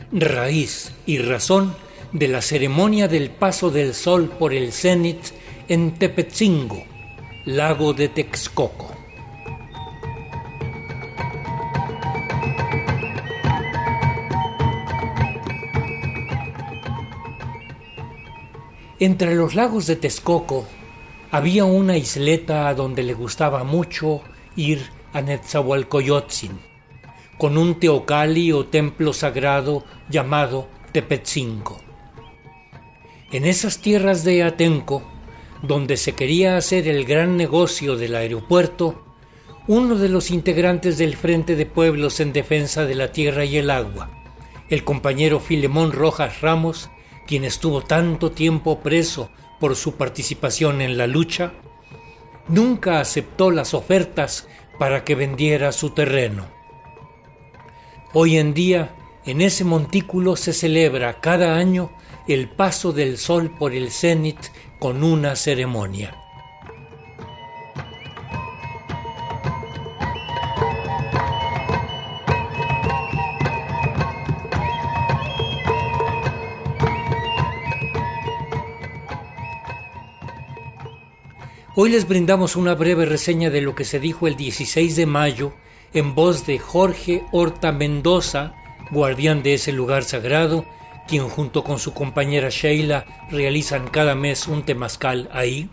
raíz y razón de la ceremonia del paso del sol por el cenit en Tepetzingo, lago de Texcoco. Entre los lagos de Texcoco había una isleta a donde le gustaba mucho ir a Netzahualcoyotzin, con un teocalli o templo sagrado llamado Tepetzingo. En esas tierras de Atenco, donde se quería hacer el gran negocio del aeropuerto, uno de los integrantes del Frente de Pueblos en Defensa de la Tierra y el Agua, el compañero Filemón Rojas Ramos, quien estuvo tanto tiempo preso por su participación en la lucha, nunca aceptó las ofertas para que vendiera su terreno. Hoy en día, en ese montículo se celebra cada año el paso del sol por el cenit con una ceremonia. Hoy les brindamos una breve reseña de lo que se dijo el 16 de mayo en voz de Jorge Horta Mendoza, guardián de ese lugar sagrado, quien junto con su compañera Sheila realizan cada mes un temazcal ahí.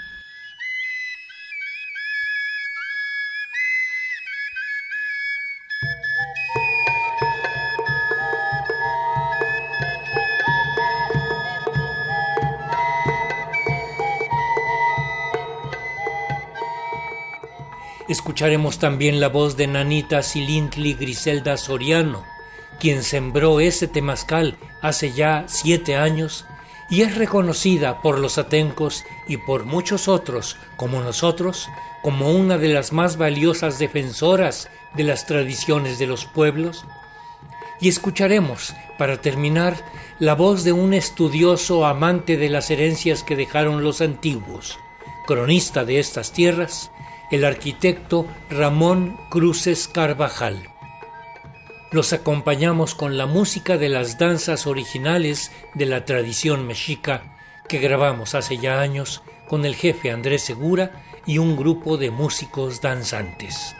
Escucharemos también la voz de Nanita Silintli Griselda Soriano, quien sembró ese temazcal hace ya 7 años y es reconocida por los atencos y por muchos otros como nosotros como una de las más valiosas defensoras de las tradiciones de los pueblos. Y escucharemos, para terminar, la voz de un estudioso amante de las herencias que dejaron los antiguos, cronista de estas tierras, el arquitecto Ramón Cruces Carvajal. Los acompañamos con la música de las danzas originales de la tradición mexica que grabamos hace ya años con el jefe Andrés Segura y un grupo de músicos danzantes.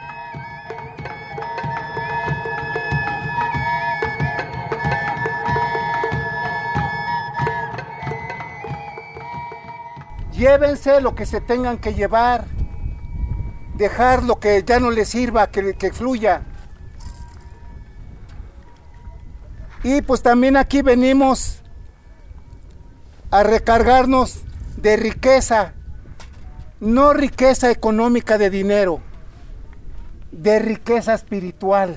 Llévense lo que se tengan que llevar, dejar lo que ya no les sirva, que fluya. Y pues también aquí venimos a recargarnos de riqueza, no riqueza económica de dinero, de riqueza espiritual.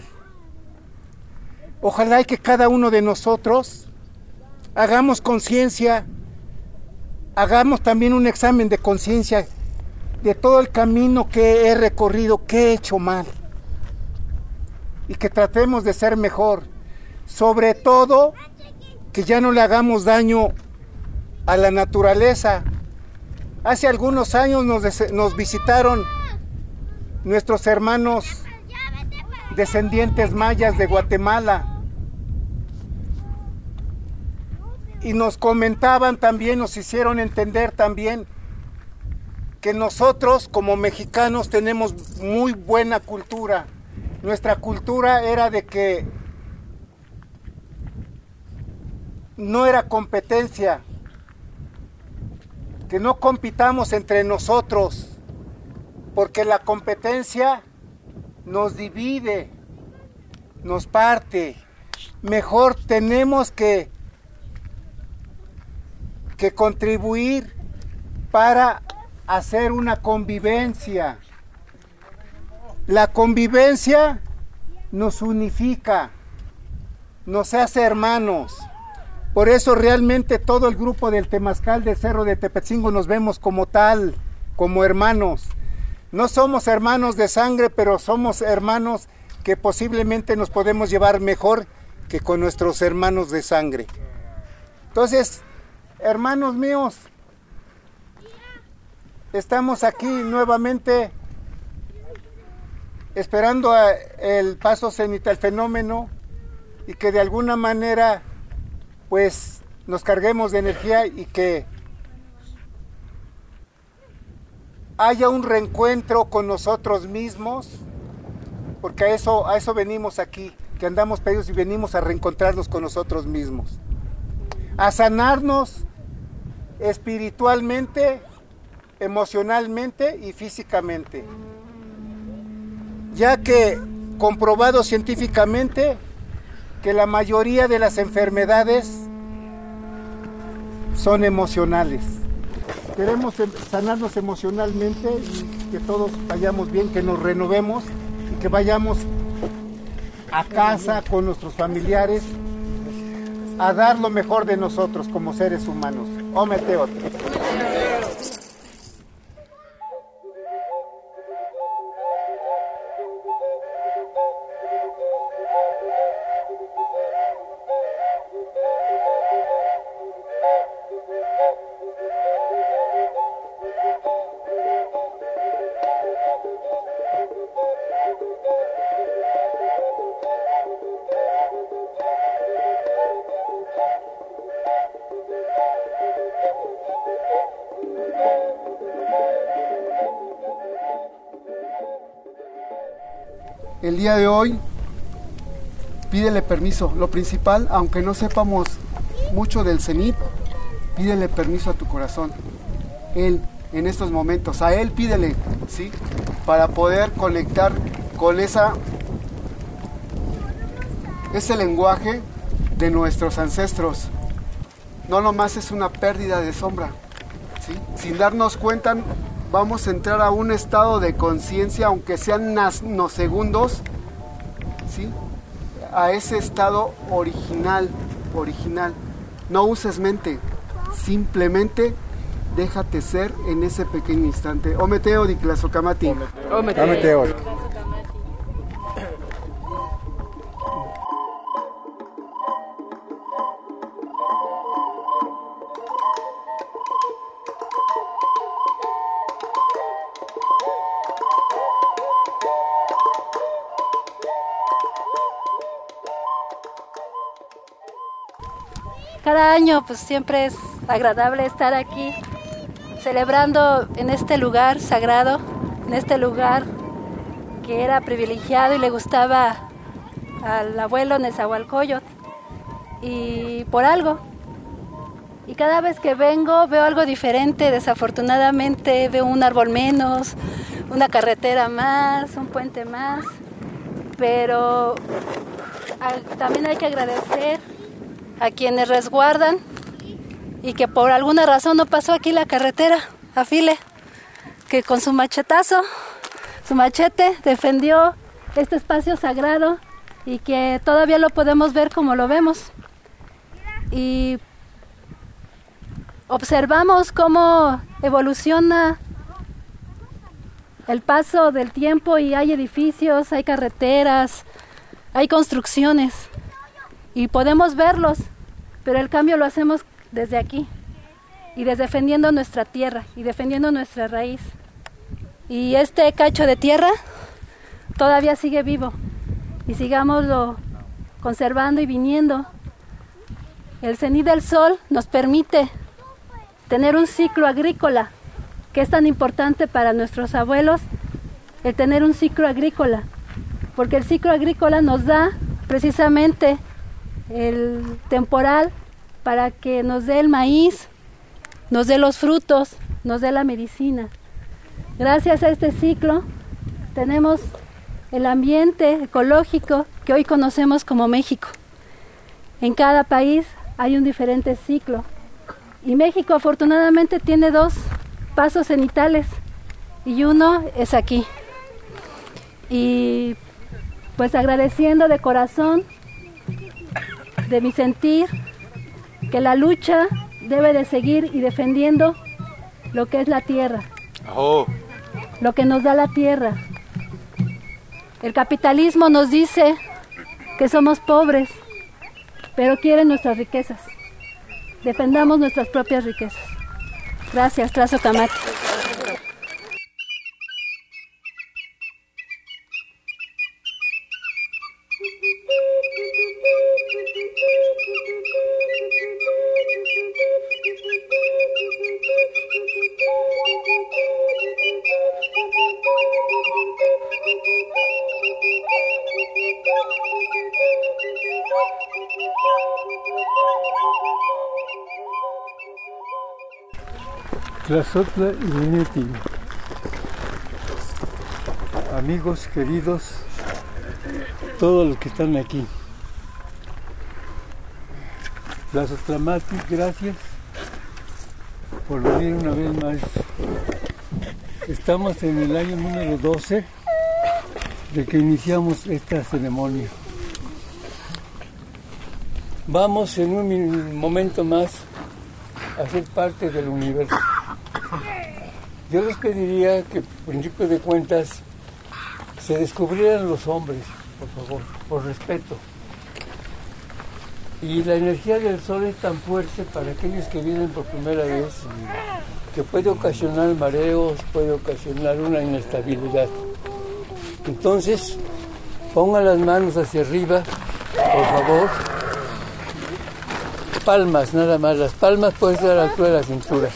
Ojalá y que cada uno de nosotros hagamos conciencia, hagamos también un examen de conciencia de todo el camino que he recorrido, que he hecho mal, y que tratemos de ser mejor. Sobre todo, que ya no le hagamos daño a la naturaleza. Hace algunos años nos visitaron nuestros hermanos descendientes mayas de Guatemala y nos comentaban también, nos hicieron entender también que nosotros como mexicanos tenemos muy buena cultura. Nuestra cultura era de que no era competencia, que no compitamos entre nosotros, porque la competencia nos divide, nos parte. Mejor tenemos que contribuir para hacer una convivencia. La convivencia nos unifica, nos hace hermanos. Por eso realmente todo el grupo del Temazcal del Cerro de Tepetzingo nos vemos como tal, como hermanos. No somos hermanos de sangre, pero somos hermanos que posiblemente nos podemos llevar mejor que con nuestros hermanos de sangre. Entonces, hermanos míos, estamos aquí nuevamente esperando el paso cenital, el fenómeno y que de alguna manera pues nos carguemos de energía y que haya un reencuentro con nosotros mismos, porque a eso venimos aquí, que andamos perdidos y venimos a reencontrarnos con nosotros mismos, a sanarnos espiritualmente, emocionalmente y físicamente, ya que comprobado científicamente que la mayoría de las enfermedades son emocionales. Queremos sanarnos emocionalmente y que todos vayamos bien, que nos renovemos y que vayamos a casa con nuestros familiares a dar lo mejor de nosotros como seres humanos. Ometeotl. El día de hoy, pídele permiso. Lo principal, aunque no sepamos mucho del cenit, pídele permiso a tu corazón. Él, en estos momentos, a él pídele, ¿sí? Para poder conectar con ese lenguaje de nuestros ancestros. No nomás es una pérdida de sombra, ¿sí? Sin darnos cuenta, vamos a entrar a un estado de conciencia, aunque sean nanosegundos, ¿sí? A ese estado original. No uses mente, simplemente déjate ser en ese pequeño instante. Ometeo di Tlazokamati. Ometeo. Cada año pues siempre es agradable estar aquí celebrando en este lugar sagrado, en este lugar que era privilegiado y le gustaba al abuelo Nezahualcóyotl, y por algo. Y cada vez que vengo veo algo diferente. Desafortunadamente veo un árbol menos, una carretera más, un puente más, pero también hay que agradecer a quienes resguardan y que por alguna razón no pasó aquí la carretera a File, que con su machetazo, su machete defendió este espacio sagrado y que todavía lo podemos ver como lo vemos. Y observamos cómo evoluciona el paso del tiempo y hay edificios, hay carreteras, hay construcciones y podemos verlos, pero el cambio lo hacemos desde aquí y defendiendo nuestra tierra y defendiendo nuestra raíz. Y este cacho de tierra todavía sigue vivo y sigámoslo conservando y viniendo. El cenit del sol nos permite tener un ciclo agrícola, que es tan importante para nuestros abuelos, el tener un ciclo agrícola, porque el ciclo agrícola nos da precisamente el temporal para que nos dé el maíz, nos dé los frutos, nos dé la medicina. Gracias a este ciclo tenemos el ambiente ecológico que hoy conocemos como México. En cada país hay un diferente ciclo y México afortunadamente tiene 2 pasos cenitales y uno es aquí. Y pues agradeciendo de corazón, de mi sentir, que la lucha debe de seguir y defendiendo lo que es la tierra, lo que nos da la tierra. El capitalismo nos dice que somos pobres, pero quieren nuestras riquezas. Defendamos nuestras propias riquezas. Gracias, Tlazokamati. Tlazotla y Ineti. Amigos queridos, todos los que están aquí. Tlazotlamati, gracias por venir una vez más. Estamos en el año número 12 de que iniciamos esta ceremonia. Vamos en un momento más a ser parte del universo. Yo les pediría que, por principio de cuentas, se descubrieran los hombres, por favor, por respeto. Y la energía del sol es tan fuerte para aquellos que vienen por primera vez que puede ocasionar mareos, puede ocasionar una inestabilidad. Entonces, pongan las manos hacia arriba, por favor. Palmas, nada más. Las palmas pueden ser a la altura de la cintura.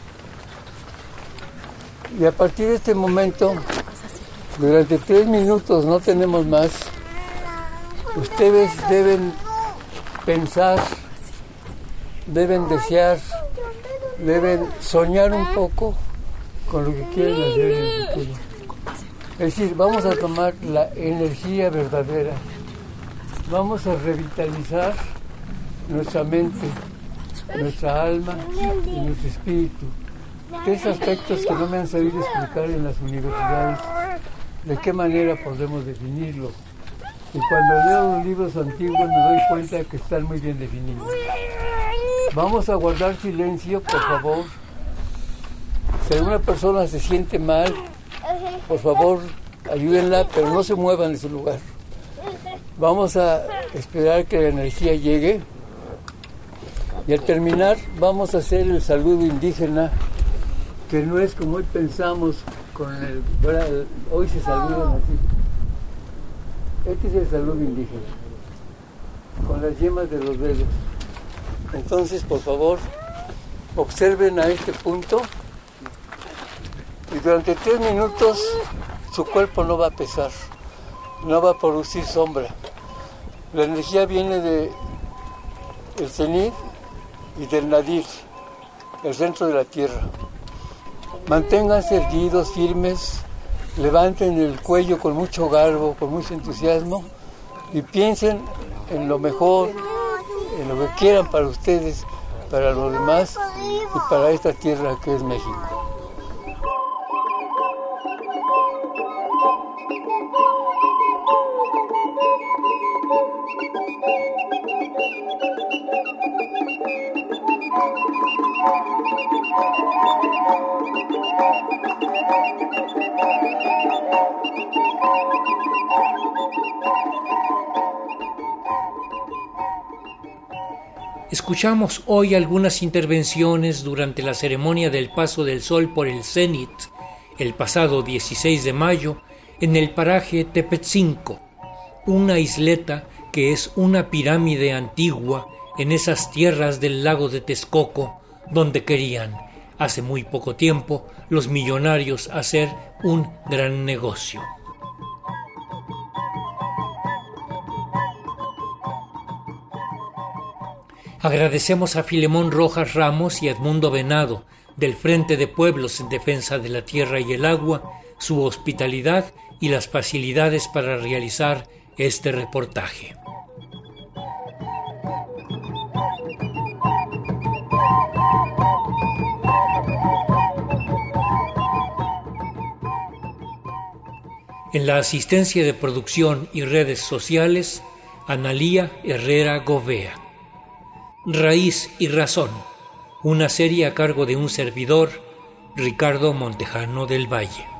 Y a partir de este momento, durante 3 minutos, no tenemos más, ustedes deben pensar, deben desear, deben soñar un poco con lo que quieren hacer en el futuro. Es decir, vamos a tomar la energía verdadera, vamos a revitalizar nuestra mente, nuestra alma y nuestro espíritu. 3 aspectos que no me han sabido explicar en las universidades, de qué manera podemos definirlo. Y cuando leo los libros antiguos me doy cuenta que están muy bien definidos. Vamos a guardar silencio, por favor. Si alguna persona se siente mal, por favor, ayúdenla, pero no se muevan de su lugar. Vamos a esperar que la energía llegue. Y al terminar, vamos a hacer el saludo indígena, que no es como hoy pensamos, hoy se saludan así. Este es el saludo indígena, con las yemas de los dedos. Entonces, por favor, observen a este punto y durante 3 minutos su cuerpo no va a pesar, no va a producir sombra. La energía viene del cenit y del nadir, el centro de la tierra. Manténganse erguidos, firmes, levanten el cuello con mucho garbo, con mucho entusiasmo y piensen en lo mejor, en lo que quieran para ustedes, para los demás y para esta tierra que es México. Escuchamos hoy algunas intervenciones durante la ceremonia del paso del sol por el cenit, el pasado 16 de mayo, en el paraje Tepetzinco, una isleta que es una pirámide antigua en esas tierras del lago de Texcoco, donde querían, hace muy poco tiempo, los millonarios hacer un gran negocio. Agradecemos a Filemón Rojas Ramos y Edmundo Venado, del Frente de Pueblos en Defensa de la Tierra y el Agua, su hospitalidad y las facilidades para realizar este reportaje. En la asistencia de producción y redes sociales, Analía Herrera Govea. Raíz y Razón, una serie a cargo de un servidor, Ricardo Montejano del Valle.